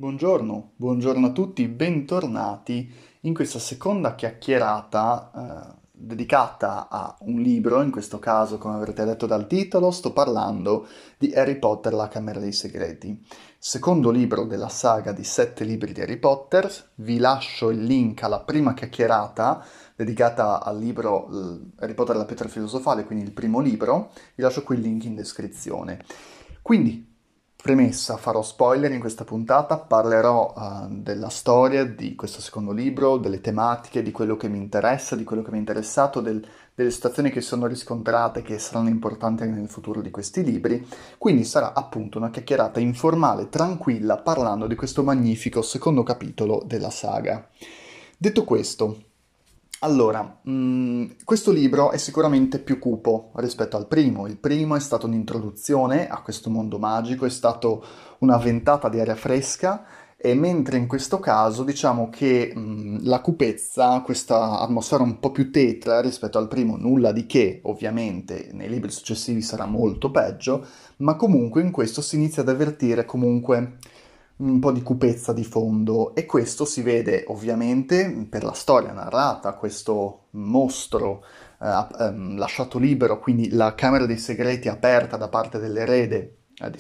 Buongiorno a tutti, bentornati in questa seconda chiacchierata dedicata a un libro, in questo caso, come avrete letto dal titolo, sto parlando di Harry Potter, la Camera dei Segreti. Secondo libro della saga di 7 libri di Harry Potter, vi lascio il link alla prima chiacchierata dedicata al libro Harry Potter e la pietra filosofale, quindi il primo libro, vi lascio qui il link in descrizione. Quindi, premessa, farò spoiler in questa puntata, parlerò della storia di questo secondo libro, delle tematiche, di quello che mi interessa, di quello che mi è interessato, delle situazioni che sono riscontrate che saranno importanti anche nel futuro di questi libri. Quindi sarà appunto una chiacchierata informale, tranquilla, parlando di questo magnifico secondo capitolo della saga. Detto questo, allora, questo libro è sicuramente più cupo rispetto al primo. Il primo è stato un'introduzione a questo mondo magico, è stato una ventata di aria fresca, e mentre in questo caso diciamo che la cupezza, questa atmosfera un po' più tetra rispetto al primo, nulla di che, ovviamente nei libri successivi sarà molto peggio, ma comunque in questo si inizia ad avvertire comunque un po' di cupezza di fondo, e questo si vede ovviamente per la storia narrata, questo mostro lasciato libero, quindi la Camera dei Segreti aperta da parte dell'erede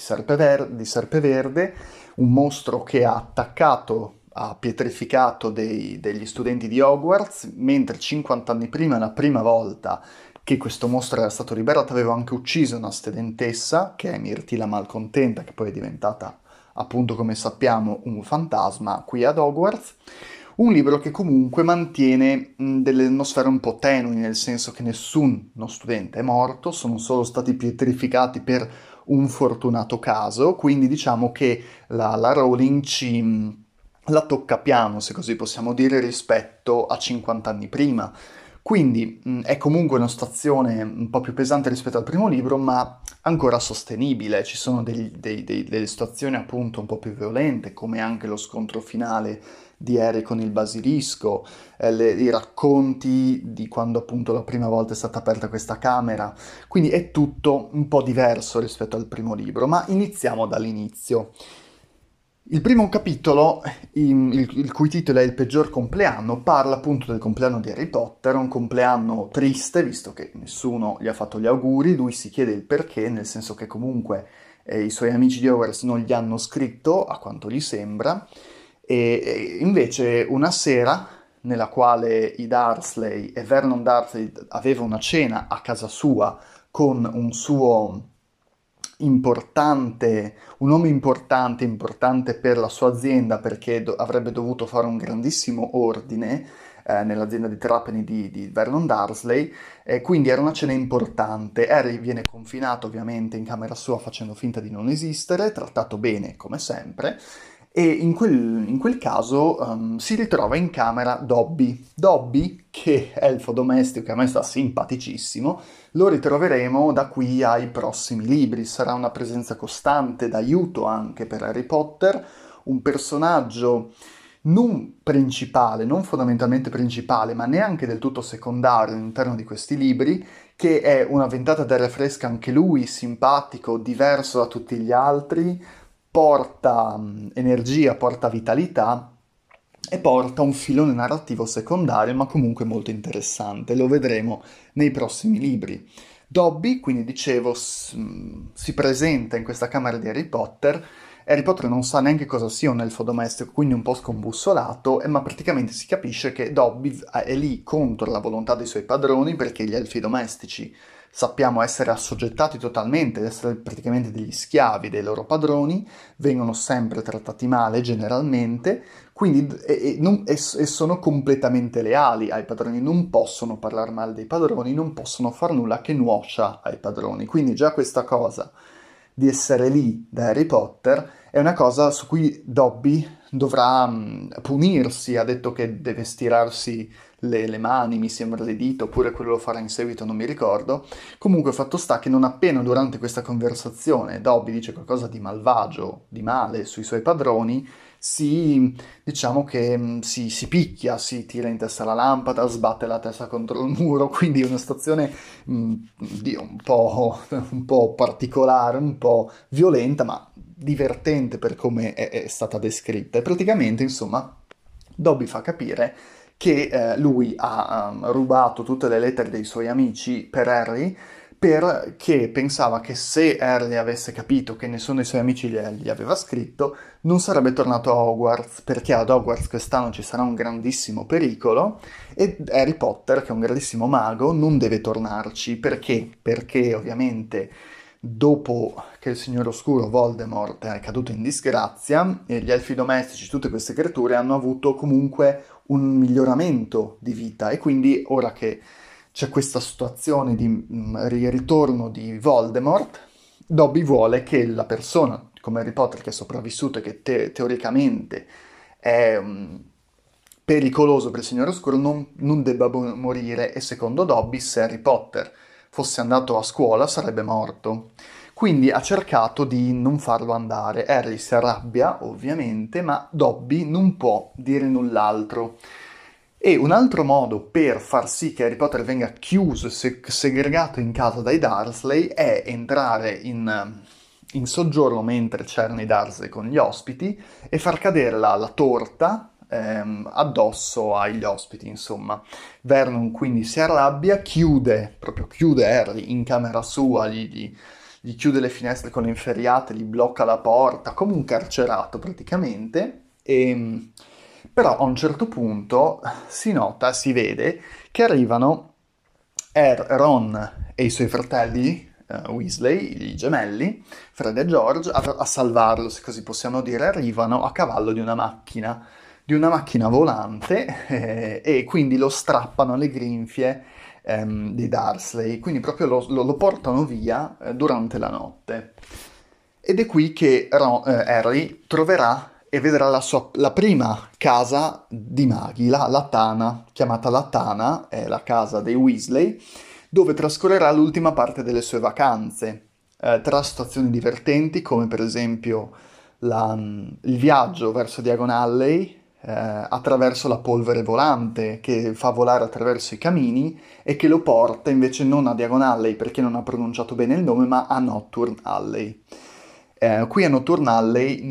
di Serpeverde, un mostro che ha attaccato, ha pietrificato degli studenti di Hogwarts, mentre 50 anni prima, la prima volta che questo mostro era stato liberato, aveva anche ucciso una studentessa, che è Mirtilla Malcontenta, che poi è diventata appunto, come sappiamo, un fantasma qui ad Hogwarts. Un libro che comunque mantiene delle atmosfere un po' tenui, nel senso che nessuno studente è morto, sono solo stati pietrificati per un fortunato caso, quindi diciamo che la Rowling la tocca piano, se così possiamo dire, rispetto a 50 anni prima. Quindi è comunque una situazione un po' più pesante rispetto al primo libro, ma ancora sostenibile. Ci sono delle situazioni appunto un po' più violente, come anche lo scontro finale di Harry con il basilisco, i racconti di quando appunto la prima volta è stata aperta questa camera. Quindi è tutto un po' diverso rispetto al primo libro, ma iniziamo dall'inizio. Il primo capitolo, il cui titolo è Il peggior compleanno, parla appunto del compleanno di Harry Potter, un compleanno triste, visto che nessuno gli ha fatto gli auguri. Lui si chiede il perché, nel senso che comunque i suoi amici di Hogwarts non gli hanno scritto, a quanto gli sembra, e invece una sera nella quale i Dursley e Vernon Dursley aveva una cena a casa sua con un suo importante, un uomo importante per la sua azienda, perché avrebbe dovuto fare un grandissimo ordine nell'azienda di Trapani di Vernon Dursley, quindi era una cena importante. Harry viene confinato ovviamente in camera sua facendo finta di non esistere, trattato bene come sempre, e in quel caso si ritrova in camera Dobby. Dobby, che è elfo domestico, che a me sta simpaticissimo, lo ritroveremo da qui ai prossimi libri. Sarà una presenza costante, d'aiuto anche per Harry Potter, un personaggio non principale, non fondamentalmente principale, ma neanche del tutto secondario all'interno di questi libri, che è una ventata d'aria fresca anche lui, simpatico, diverso da tutti gli altri, porta energia, porta vitalità e porta un filone narrativo secondario, ma comunque molto interessante. Lo vedremo nei prossimi libri. Dobby, quindi dicevo, si presenta in questa camera di Harry Potter. Harry Potter non sa neanche cosa sia un elfo domestico, quindi un po' scombussolato, ma praticamente si capisce che Dobby è lì contro la volontà dei suoi padroni, perché gli elfi domestici sappiamo essere assoggettati totalmente, essere praticamente degli schiavi dei loro padroni, vengono sempre trattati male generalmente, quindi e sono completamente leali ai padroni, non possono parlare male dei padroni, non possono far nulla che nuocia ai padroni. Quindi già questa cosa di essere lì da Harry Potter è una cosa su cui Dobby dovrà punirsi. Ha detto che deve stirarsi le mani, mi sembra le dita, oppure quello lo farà in seguito, non mi ricordo. Comunque fatto sta che non appena durante questa conversazione Dobby dice qualcosa di malvagio, di male sui suoi padroni, diciamo che si picchia, si tira in testa la lampada, sbatte la testa contro il muro, quindi è una situazione un po' particolare, un po' violenta, ma divertente per come è stata descritta. E praticamente, insomma, Dobby fa capire che lui ha rubato tutte le lettere dei suoi amici per Harry perché pensava che se Harry avesse capito che nessuno dei suoi amici gli aveva scritto, non sarebbe tornato a Hogwarts, perché ad Hogwarts quest'anno ci sarà un grandissimo pericolo e Harry Potter, che è un grandissimo mago, non deve tornarci. Perché? Perché ovviamente dopo che il Signore Oscuro, Voldemort, è caduto in disgrazia, gli elfi domestici, tutte queste creature hanno avuto comunque un miglioramento di vita e quindi ora che c'è questa situazione di ritorno di Voldemort, Dobby vuole che la persona come Harry Potter che è sopravvissuto e che teoricamente è pericoloso per il Signore Oscuro non debba morire e secondo Dobby se Harry Potter fosse andato a scuola sarebbe morto. Quindi ha cercato di non farlo andare. Harry si arrabbia, ovviamente, ma Dobby non può dire null'altro. E un altro modo per far sì che Harry Potter venga chiuso e segregato in casa dai Dursley è entrare in soggiorno mentre c'erano i Dursley con gli ospiti e far cadere la torta addosso agli ospiti, insomma. Vernon quindi si arrabbia, proprio chiude Harry in camera sua, gli chiude le finestre con le inferriate, gli blocca la porta, come un carcerato praticamente. Però a un certo punto si nota, si vede che arrivano Ron e i suoi fratelli Weasley, i gemelli, Fred e George, a salvarlo, se così possiamo dire, arrivano a cavallo di una macchina volante e quindi lo strappano alle grinfie dei Dursley, quindi proprio lo portano via durante la notte. Ed è qui che Harry troverà e vedrà la prima casa di maghi, la Tana, chiamata la Tana, è la casa dei Weasley, dove trascorrerà l'ultima parte delle sue vacanze, tra situazioni divertenti come per esempio il viaggio verso Diagon Alley, attraverso la polvere volante che fa volare attraverso i camini e che lo porta invece non a Diagon Alley perché non ha pronunciato bene il nome, ma a Nocturne Alley. Qui a Nocturne Alley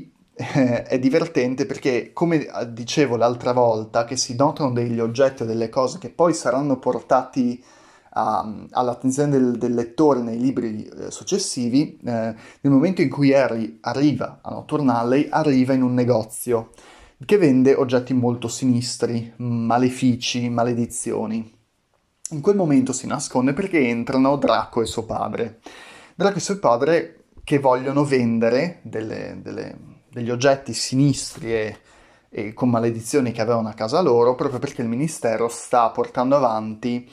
è divertente perché, come dicevo l'altra volta, che si notano degli oggetti o delle cose che poi saranno portati all'attenzione del lettore nei libri successivi, nel momento in cui Harry arriva a Nocturne Alley, arriva in un negozio che vende oggetti molto sinistri, malefici, maledizioni. In quel momento si nasconde perché entrano Draco e suo padre. Draco e suo padre che vogliono vendere degli oggetti sinistri e con maledizioni che avevano a casa loro, proprio perché il ministero sta portando avanti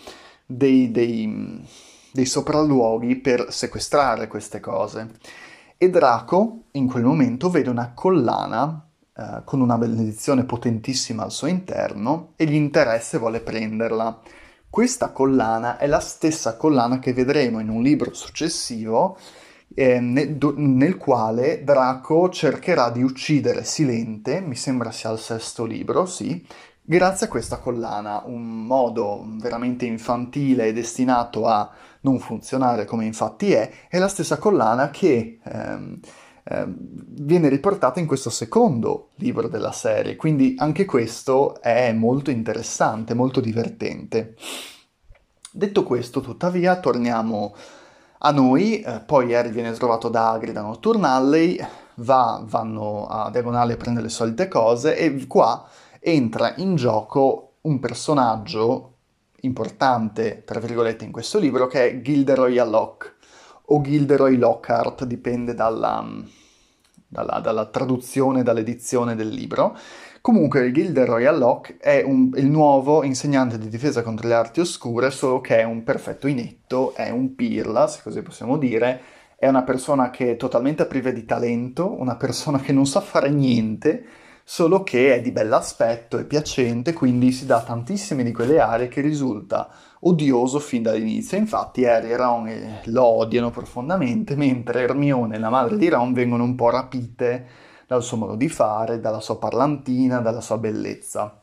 dei sopralluoghi per sequestrare queste cose. E Draco in quel momento vede una collana con una benedizione potentissima al suo interno e gli interessa e vuole prenderla. Questa collana è la stessa collana che vedremo in un libro successivo nel quale Draco cercherà di uccidere Silente, mi sembra sia al sesto libro, sì, grazie a questa collana, un modo veramente infantile e destinato a non funzionare come infatti è la stessa collana che viene riportata in questo secondo libro della serie, quindi anche questo è molto interessante, molto divertente. Detto questo, tuttavia, torniamo a noi, poi Harry viene trovato da Hagrid a Nocturne Alley, vanno a Diagonale a prendere le solite cose e qua entra in gioco un personaggio importante, tra virgolette, in questo libro, che è Gilderoy Alloc, o Gilderoy Lockhart, dipende dalla traduzione, dall'edizione del libro. Comunque Gilderoy Alloc è il nuovo insegnante di difesa contro le arti oscure, solo che è un perfetto inetto, è un pirla, se così possiamo dire, è una persona che è totalmente priva di talento, una persona che non sa fare niente, solo che è di bell'aspetto, è piacente, quindi si dà tantissime di quelle aree che risulta odioso fin dall'inizio. Infatti Harry e Ron lo odiano profondamente, mentre Hermione e la madre di Ron vengono un po' rapite dal suo modo di fare, dalla sua parlantina, dalla sua bellezza.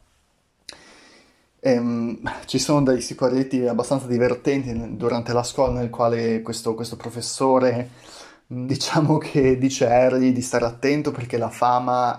Ci sono dei siparietti abbastanza divertenti durante la scuola nel quale questo professore Diciamo che dice Harry di stare attento perché la fama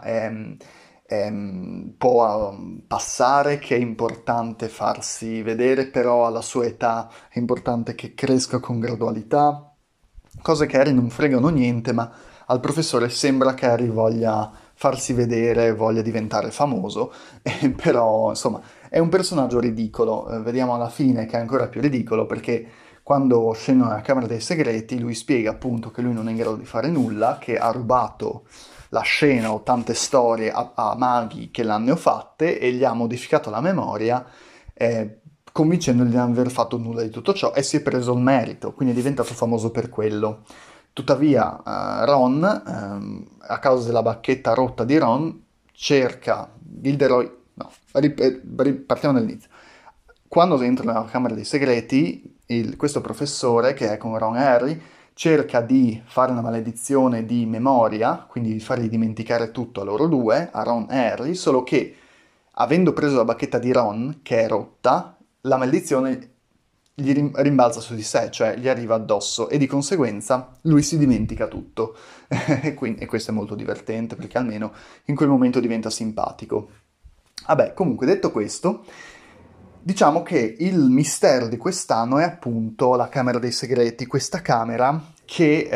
può passare, che è importante farsi vedere, però alla sua età è importante che cresca con gradualità, cose che Harry non fregano niente, ma al professore sembra che Harry voglia farsi vedere, voglia diventare famoso, però insomma è un personaggio ridicolo. Vediamo alla fine che è ancora più ridicolo perché quando scendono nella Camera dei Segreti lui spiega appunto che lui non è in grado di fare nulla, che ha rubato la scena o tante storie a maghi che l'hanno fatte e gli ha modificato la memoria, convincendoli di non aver fatto nulla di tutto ciò e si è preso il merito, quindi è diventato famoso per quello. Tuttavia, Ron, a causa della bacchetta rotta di Ron, cerca Gilderoy. No, partiamo dall'inizio. Quando entra nella Camera dei Segreti, questo professore, che è con Ron e Harry, cerca di fare una maledizione di memoria, quindi di fargli dimenticare tutto a loro due, a Ron e Harry, solo che, avendo preso la bacchetta di Ron, che è rotta, la maledizione gli rimbalza su di sé, cioè gli arriva addosso e di conseguenza lui si dimentica tutto. E questo è molto divertente perché almeno in quel momento diventa simpatico. Vabbè, comunque detto questo, diciamo che il mistero di quest'anno è appunto la Camera dei Segreti, questa camera che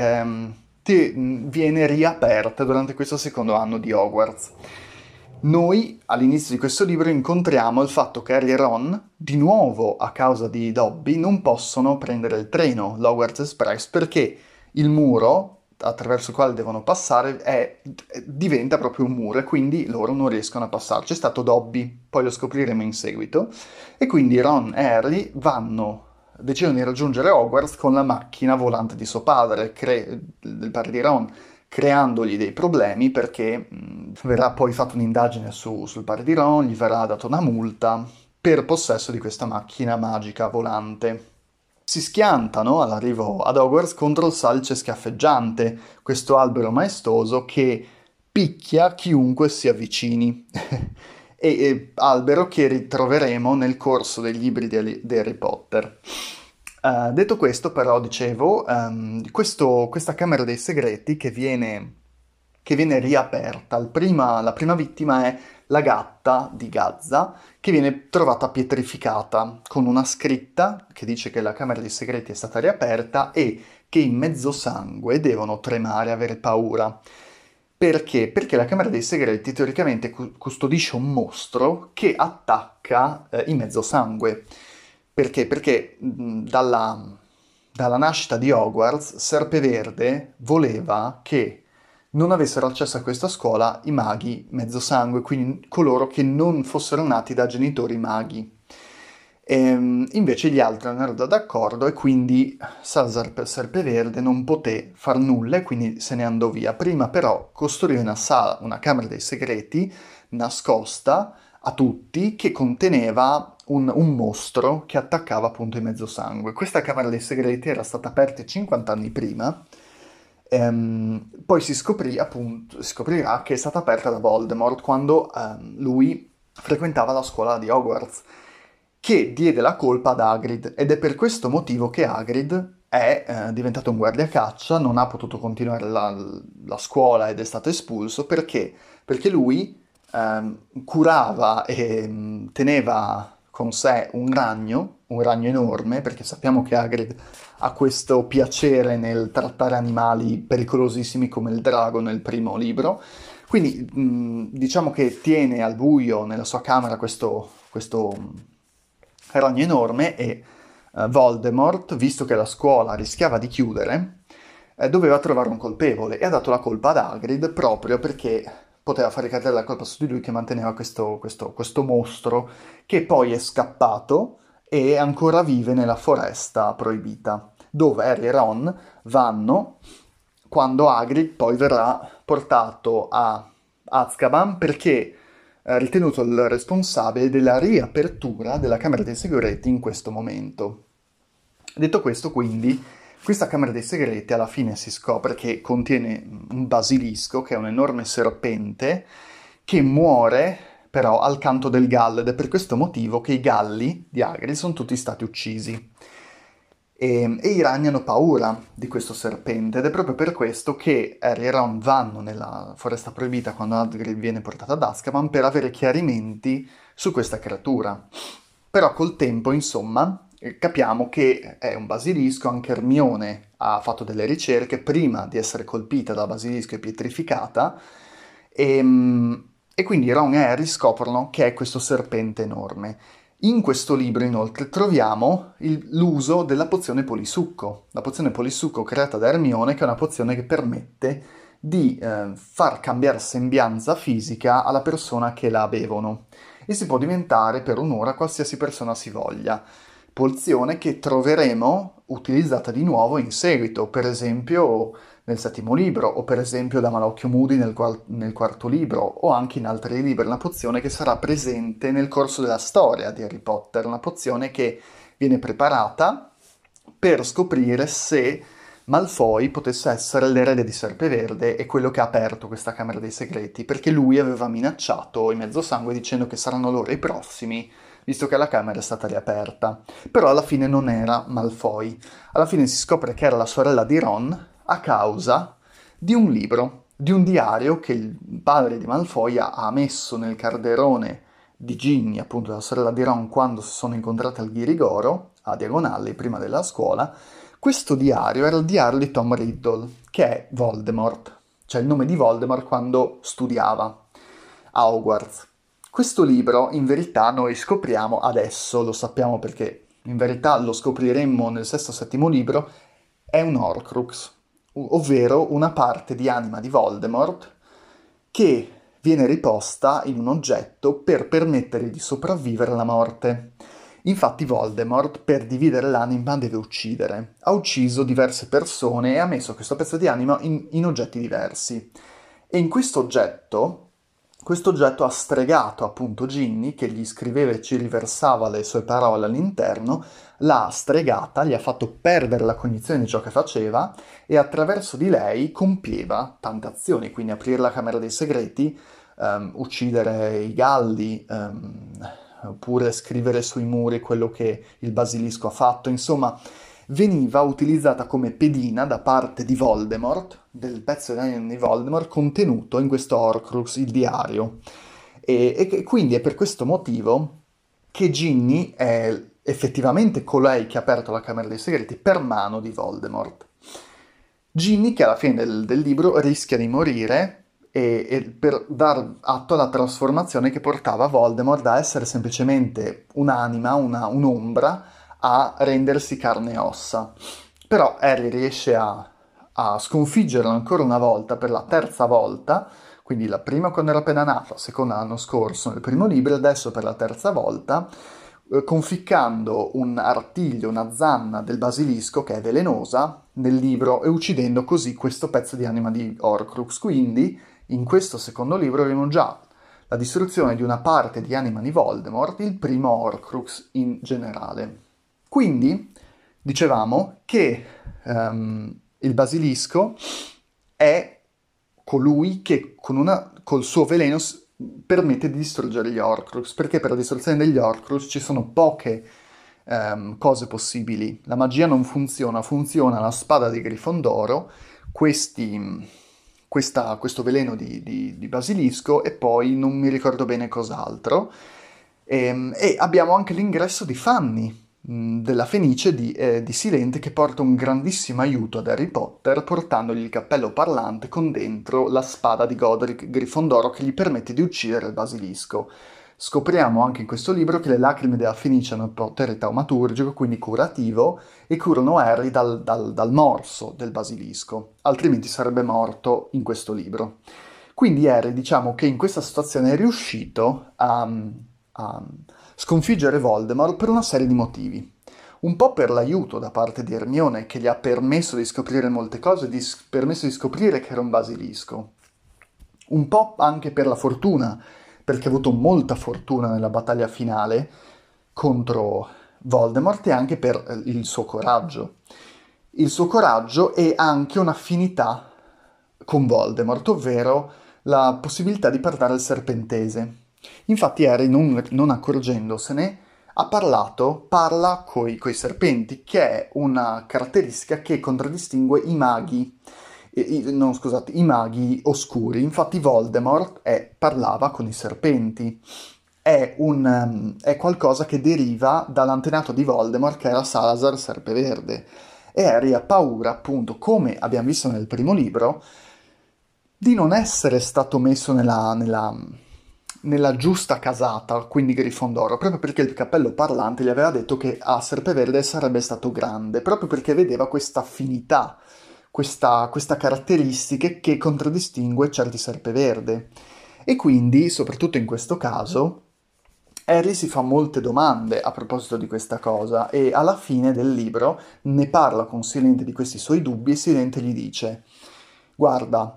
viene riaperta durante questo secondo anno di Hogwarts. Noi all'inizio di questo libro incontriamo il fatto che Harry e Ron, di nuovo a causa di Dobby, non possono prendere il treno, l'Hogwarts Express, perché il muro attraverso il quale devono passare diventa proprio un muro e quindi loro non riescono a passarci. È stato Dobby, poi lo scopriremo in seguito. E quindi Ron e Harry decidono di raggiungere Hogwarts con la macchina volante di suo padre, del padre di Ron, creandogli dei problemi perché verrà poi fatta un'indagine sul padre di Ron, gli verrà data una multa per possesso di questa macchina magica volante. Si schiantano all'arrivo ad Hogwarts contro il salice schiaffeggiante, questo albero maestoso che picchia chiunque si avvicini. Albero che ritroveremo nel corso dei libri di Harry Potter. Detto questo, però, dicevo, questa Camera dei Segreti che viene riaperta. La prima vittima è la gatta di Gazza, che viene trovata pietrificata, con una scritta che dice che la Camera dei Segreti è stata riaperta e che in mezzo sangue devono tremare, avere paura. Perché? Perché la Camera dei Segreti teoricamente custodisce un mostro che attacca in mezzo sangue. Perché? Perché dalla nascita di Hogwarts, Serpeverde voleva che non avessero accesso a questa scuola i maghi mezzo sangue, quindi coloro che non fossero nati da genitori maghi. Invece gli altri non erano d'accordo e quindi Salazar per Serpeverde non poté far nulla e quindi se ne andò via. Prima però costruì una camera dei segreti nascosta a tutti che conteneva un mostro che attaccava appunto i mezzosangue. Questa camera dei segreti era stata aperta 50 anni prima. Poi si scoprirà che è stata aperta da Voldemort quando lui frequentava la scuola di Hogwarts, che diede la colpa ad Hagrid, ed è per questo motivo che Hagrid è diventato un guardiacaccia, non ha potuto continuare la scuola ed è stato espulso perché lui curava e teneva con sé un ragno enorme, perché sappiamo che Hagrid ha questo piacere nel trattare animali pericolosissimi come il drago nel primo libro. Quindi diciamo che tiene al buio nella sua camera questo ragno enorme e Voldemort, visto che la scuola rischiava di chiudere, doveva trovare un colpevole e ha dato la colpa ad Hagrid proprio perché poteva fare cadere la colpa su di lui che manteneva questo mostro che poi è scappato e ancora vive nella foresta proibita, dove Harry e Ron vanno quando Hagrid poi verrà portato a Azkaban perché ritenuto il responsabile della riapertura della Camera dei Segreti in questo momento. Detto questo, quindi, questa Camera dei Segreti alla fine si scopre che contiene un basilisco, che è un enorme serpente, che muore però al canto del gallo, ed è per questo motivo che i galli di Hagrid sono tutti stati uccisi. e i ragni hanno paura di questo serpente ed è proprio per questo che Harry e Ron vanno nella foresta proibita quando Hagrid viene portato ad Azkaban per avere chiarimenti su questa creatura. Però col tempo, insomma, capiamo che è un basilisco, anche Hermione ha fatto delle ricerche prima di essere colpita da basilisco e pietrificata, e quindi Ron e Harry scoprono che è questo serpente enorme. In questo libro, inoltre, troviamo l'uso della pozione polisucco. La pozione polisucco creata da Hermione, che è una pozione che permette di far cambiare sembianza fisica alla persona che la bevono e si può diventare per un'ora qualsiasi persona si voglia. Pozione che troveremo utilizzata di nuovo in seguito, per esempio nel settimo libro, o per esempio da Malocchio Moody nel quarto libro, o anche in altri libri, una pozione che sarà presente nel corso della storia di Harry Potter, una pozione che viene preparata per scoprire se Malfoy potesse essere l'erede di Serpeverde e quello che ha aperto questa Camera dei Segreti, perché lui aveva minacciato i Mezzosangue dicendo che saranno loro i prossimi, visto che la Camera è stata riaperta. Però alla fine non era Malfoy. Alla fine si scopre che era la sorella di Ron a causa di un libro, di un diario che il padre di Malfoy ha messo nel calderone di Ginny, appunto la sorella di Ron, quando si sono incontrate al Ghirigoro, a Diagonale, prima della scuola. Questo diario era il diario di Tom Riddle, che è Voldemort, cioè il nome di Voldemort quando studiava a Hogwarts. Questo libro, in verità, noi scopriamo adesso, lo sappiamo perché in verità lo scopriremmo nel sesto o settimo libro, è un Horcrux, ovvero una parte di anima di Voldemort che viene riposta in un oggetto per permettergli di sopravvivere alla morte. Infatti Voldemort, per dividere l'anima, deve uccidere. Ha ucciso diverse persone e ha messo questo pezzo di anima in oggetti diversi. E in questo oggetto ha stregato appunto Ginny, che gli scriveva e ci riversava le sue parole all'interno, l'ha stregata, gli ha fatto perdere la cognizione di ciò che faceva e attraverso di lei compieva tante azioni, quindi aprire la Camera dei Segreti, uccidere i galli, oppure scrivere sui muri quello che il basilisco ha fatto, insomma veniva utilizzata come pedina da parte di Voldemort, del pezzo di Voldemort contenuto in questo Horcrux, il diario. E quindi è per questo motivo che Ginny è effettivamente colei che ha aperto la Camera dei Segreti per mano di Voldemort. Ginny, che alla fine del libro rischia di morire e per dar atto alla trasformazione che portava Voldemort da essere semplicemente un'anima, un'ombra, a rendersi carne e ossa. Però Harry riesce a sconfiggerlo ancora una volta, per la terza volta, quindi la prima quando era appena nato, la seconda l'anno scorso nel primo libro, adesso per la terza volta, conficcando un artiglio, una zanna del basilisco che è velenosa nel libro e uccidendo così questo pezzo di anima di Horcrux. Quindi in questo secondo libro abbiamo già la distruzione di una parte di anima di Voldemort, il primo Horcrux in generale. Quindi dicevamo che il basilisco è colui che col suo veleno permette di distruggere gli Horcrux, perché per la distruzione degli Horcrux ci sono poche cose possibili. La magia non funziona, funziona la spada di Grifondoro, questo veleno di basilisco e poi non mi ricordo bene cos'altro. E abbiamo anche l'ingresso di Fanny, della Fenice di Silente, che porta un grandissimo aiuto ad Harry Potter, portandogli il cappello parlante con dentro la spada di Godric Grifondoro che gli permette di uccidere il basilisco. Scopriamo anche in questo libro che le lacrime della Fenice hanno potere taumaturgico, quindi curativo, e curano Harry dal morso del basilisco, altrimenti sarebbe morto in questo libro. Quindi Harry, diciamo che in questa situazione è riuscito a sconfiggere Voldemort per una serie di motivi. Un po' per l'aiuto da parte di Hermione, che gli ha permesso di scoprire molte cose, permesso di scoprire che era un basilisco. Un po' anche per la fortuna, perché ha avuto molta fortuna nella battaglia finale contro Voldemort e anche per il suo coraggio. Il suo coraggio e anche un'affinità con Voldemort, ovvero la possibilità di parlare il serpentese. Infatti Harry, non accorgendosene, parla coi serpenti, che è una caratteristica che contraddistingue i maghi, no, scusate, i maghi oscuri. Infatti Voldemort parlava con i serpenti. È qualcosa che deriva dall'antenato di Voldemort, che era Salazar Serpeverde. E Harry ha paura, appunto, come abbiamo visto nel primo libro, di non essere stato messo nella giusta casata, quindi Grifondoro, proprio perché il cappello parlante gli aveva detto che a Serpeverde sarebbe stato grande, proprio perché vedeva questa affinità, questa caratteristica che contraddistingue certi Serpeverde. E quindi, soprattutto in questo caso, Harry si fa molte domande a proposito di questa cosa e alla fine del libro ne parla con Silente di questi suoi dubbi e Silente gli dice: Guarda,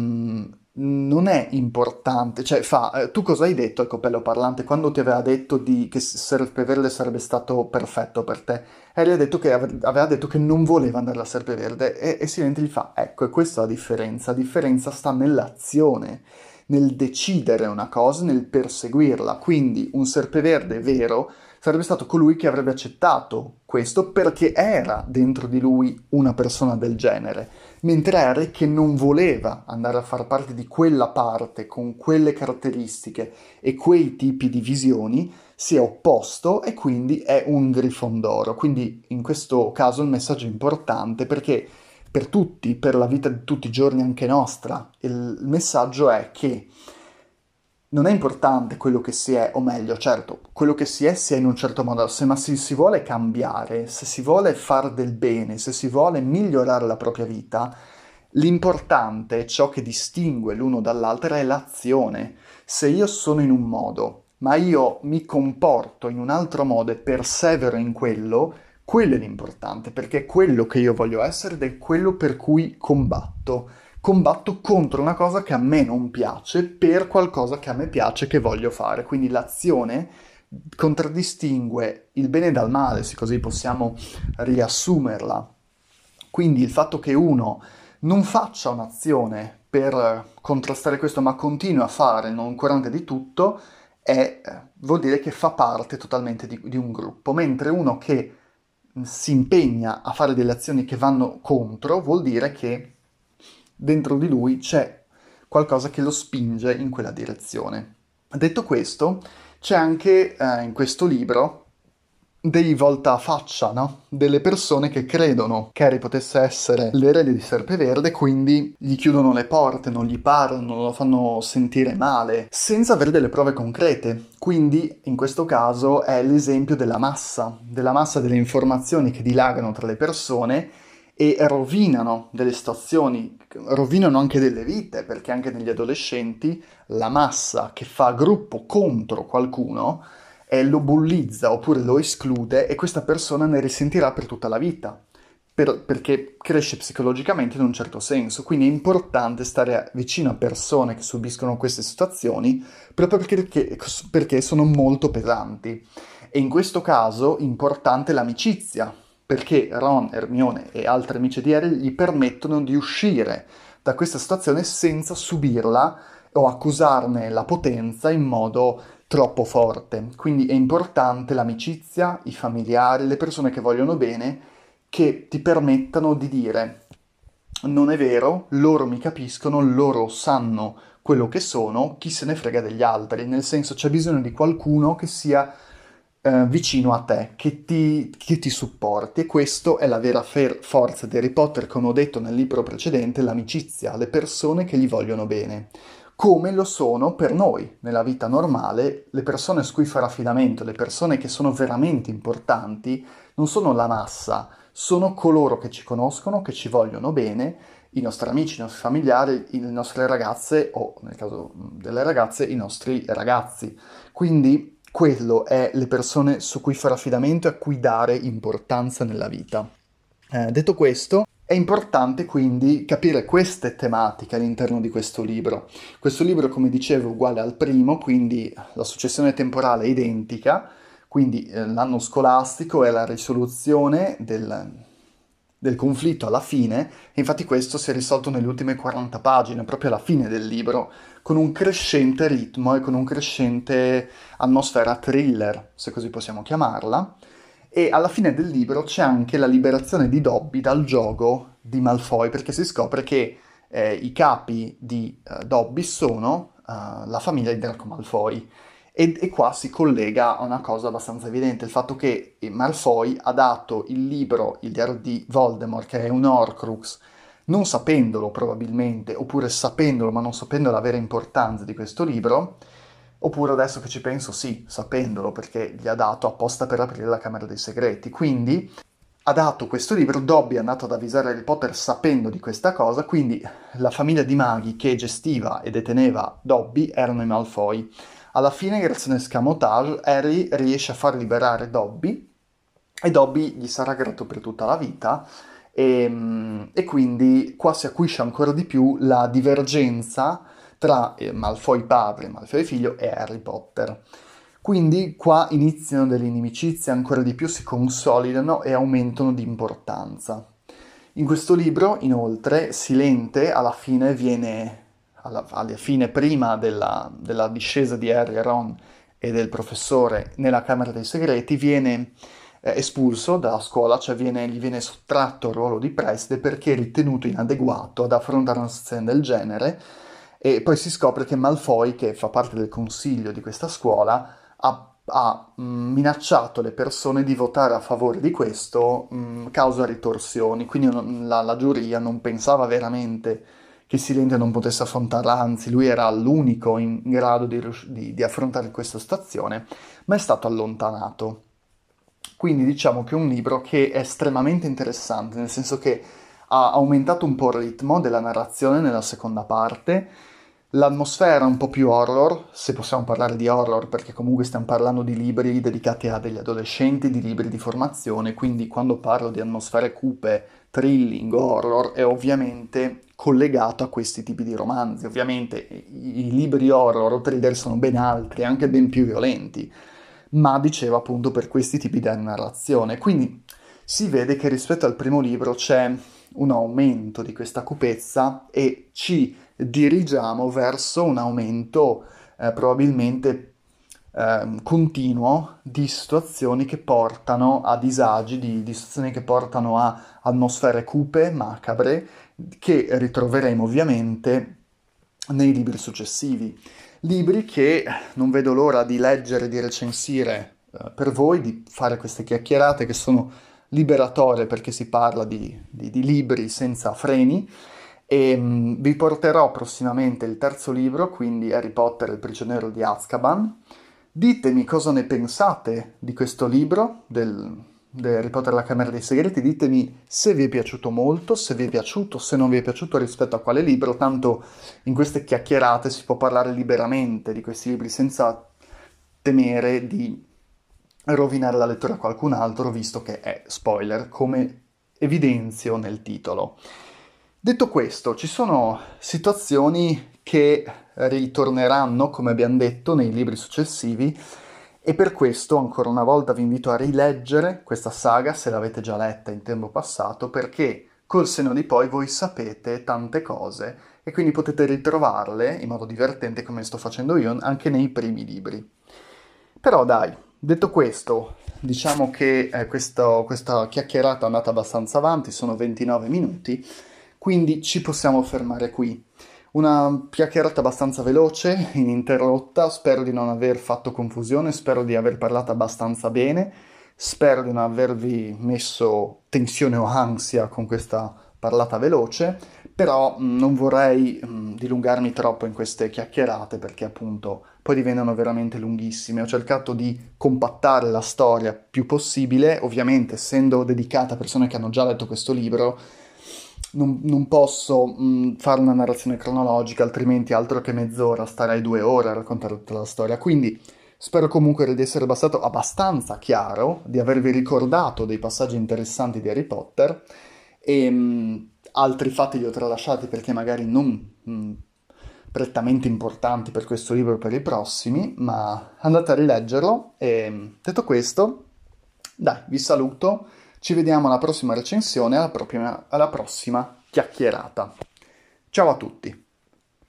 non è importante, cioè tu cosa hai detto al Coppello Parlante quando ti aveva detto che Serpeverde sarebbe stato perfetto per te? Harry ha detto aveva detto che non voleva andare alla Serpeverde e Silente gli fa, ecco, e questa è la differenza sta nell'azione, nel decidere una cosa, nel perseguirla, quindi un Serpeverde vero sarebbe stato colui che avrebbe accettato questo perché era dentro di lui una persona del genere, mentre Harry che non voleva andare a far parte di quella parte con quelle caratteristiche e quei tipi di visioni si è opposto e quindi è un Grifondoro. Quindi in questo caso il messaggio è importante perché per tutti, per la vita di tutti i giorni anche nostra, il messaggio è che non è importante quello che si è, o meglio, certo, quello che si è in un certo modo, ma se si vuole cambiare, se si vuole far del bene, se si vuole migliorare la propria vita, l'importante, ciò che distingue l'uno dall'altro è l'azione. Se io sono in un modo, ma io mi comporto in un altro modo e persevero in quello è l'importante, perché è quello che io voglio essere ed è quello per cui combatto. Combatto contro una cosa che a me non piace per qualcosa che a me piace, che voglio fare. Quindi l'azione contraddistingue il bene dal male, se così possiamo riassumerla. Quindi il fatto che uno non faccia un'azione per contrastare questo, ma continui a fare nonostante di tutto, vuol dire che fa parte totalmente di un gruppo, mentre uno che si impegna a fare delle azioni che vanno contro, vuol dire che dentro di lui c'è qualcosa che lo spinge in quella direzione. Detto questo, c'è anche in questo libro dei voltafaccia, no? Delle persone che credono che Harry potesse essere l'erede di Serpeverde, quindi gli chiudono le porte, non gli parlano, non lo fanno sentire male, senza avere delle prove concrete. Quindi, in questo caso, è l'esempio della massa delle informazioni che dilagano tra le persone e rovinano delle situazioni, rovinano anche delle vite, perché anche negli adolescenti la massa che fa gruppo contro qualcuno lo bullizza oppure lo esclude e questa persona ne risentirà per tutta la vita, perché cresce psicologicamente in un certo senso. Quindi è importante stare vicino a persone che subiscono queste situazioni proprio perché sono molto pesanti. E in questo caso importante l'amicizia, perché Ron, Hermione e altri amici di Harry gli permettono di uscire da questa situazione senza subirla o accusarne la potenza in modo troppo forte. Quindi è importante l'amicizia, i familiari, le persone che vogliono bene, che ti permettano di dire non è vero, loro mi capiscono, loro sanno quello che sono, chi se ne frega degli altri, nel senso c'è bisogno di qualcuno che sia vicino a te, che ti supporti e questo è la vera forza di Harry Potter, come ho detto nel libro precedente, l'amicizia, le persone che gli vogliono bene come lo sono per noi nella vita normale le persone su cui fare affidamento, le persone che sono veramente importanti, non sono la massa, sono coloro che ci conoscono, che ci vogliono bene, i nostri amici, i nostri familiari, le nostre ragazze o nel caso delle ragazze, i nostri ragazzi. Quindi quello è le persone su cui fare affidamento e a cui dare importanza nella vita. Detto questo, è importante quindi capire queste tematiche all'interno di questo libro. Questo libro, come dicevo, è uguale al primo, quindi la successione temporale è identica, quindi l'anno scolastico è la risoluzione del conflitto alla fine, e infatti questo si è risolto nelle ultime 40 pagine, proprio alla fine del libro, con un crescente ritmo e con un crescente atmosfera thriller, se così possiamo chiamarla. E alla fine del libro c'è anche la liberazione di Dobby dal gioco di Malfoy, perché si scopre che i capi di Dobby sono la famiglia di Draco Malfoy. E qua si collega a una cosa abbastanza evidente, il fatto che Malfoy ha dato il libro, il diario di Voldemort, che è un Horcrux, non sapendolo probabilmente, oppure sapendolo ma non sapendo la vera importanza di questo libro, oppure adesso che ci penso sì, sapendolo perché gli ha dato apposta per aprire la Camera dei Segreti. Quindi ha dato questo libro, Dobby è andato ad avvisare Harry Potter sapendo di questa cosa, quindi la famiglia di maghi che gestiva e deteneva Dobby erano i Malfoy. Alla fine, grazie a un escamotage, Harry riesce a far liberare Dobby e Dobby gli sarà grato per tutta la vita e quindi qua si acuisce ancora di più la divergenza tra Malfoy padre, Malfoy figlio e Harry Potter. Quindi qua iniziano delle inimicizie ancora di più, si consolidano e aumentano di importanza. In questo libro, inoltre, Silente alla fine prima della discesa di Harry e Ron e del professore nella Camera dei Segreti, viene espulso dalla scuola, cioè gli viene sottratto il ruolo di preside perché è ritenuto inadeguato ad affrontare una situazione del genere e poi si scopre che Malfoy, che fa parte del consiglio di questa scuola, ha minacciato le persone di votare a favore di questo causa ritorsioni, quindi la giuria non pensava veramente che Silente non potesse affrontarla, anzi lui era l'unico in grado di affrontare questa situazione, ma è stato allontanato. Quindi diciamo che è un libro che è estremamente interessante, nel senso che ha aumentato un po' il ritmo della narrazione nella seconda parte, l'atmosfera è un po' più horror, se possiamo parlare di horror, perché comunque stiamo parlando di libri dedicati a degli adolescenti, di libri di formazione, quindi quando parlo di atmosfere cupe, thrilling, horror, è ovviamente collegato a questi tipi di romanzi. Ovviamente i libri horror o thriller sono ben altri, anche ben più violenti, ma dicevo appunto per questi tipi di narrazione. Quindi si vede che rispetto al primo libro c'è un aumento di questa cupezza e ci dirigiamo verso un aumento probabilmente continuo di situazioni che portano a disagi, di situazioni che portano a atmosfere cupe, macabre, che ritroveremo ovviamente nei libri successivi. Libri che non vedo l'ora di leggere, di recensire per voi, di fare queste chiacchierate che sono liberatorie perché si parla di libri senza freni e vi porterò prossimamente il terzo libro, quindi Harry Potter e il prigioniero di Azkaban. Ditemi cosa ne pensate di questo libro, di Harry Potter e la Camera dei Segreti, ditemi se vi è piaciuto molto, se vi è piaciuto, se non vi è piaciuto rispetto a quale libro, tanto in queste chiacchierate si può parlare liberamente di questi libri senza temere di rovinare la lettura a qualcun altro, visto che è spoiler, come evidenzio nel titolo. Detto questo, ci sono situazioni che ritorneranno, come abbiamo detto, nei libri successivi e per questo ancora una volta vi invito a rileggere questa saga se l'avete già letta in tempo passato perché col senno di poi voi sapete tante cose e quindi potete ritrovarle in modo divertente come sto facendo io anche nei primi libri. Però dai, detto questo, diciamo che questa chiacchierata è andata abbastanza avanti, sono 29 minuti, quindi ci possiamo fermare qui. Una chiacchierata abbastanza veloce, ininterrotta, spero di non aver fatto confusione, spero di aver parlato abbastanza bene, spero di non avervi messo tensione o ansia con questa parlata veloce, però non vorrei dilungarmi troppo in queste chiacchierate perché appunto poi diventano veramente lunghissime. Ho cercato di compattare la storia più possibile, ovviamente essendo dedicata a persone che hanno già letto questo libro, non posso fare una narrazione cronologica, altrimenti altro che mezz'ora, starei 2 ore a raccontare tutta la storia. Quindi spero comunque di essere stato abbastanza chiaro, di avervi ricordato dei passaggi interessanti di Harry Potter e altri fatti li ho tralasciati perché magari non prettamente importanti per questo libro e per i prossimi, ma andate a rileggerlo e detto questo, dai, vi saluto. Ci vediamo alla prossima recensione, alla prossima chiacchierata. Ciao a tutti!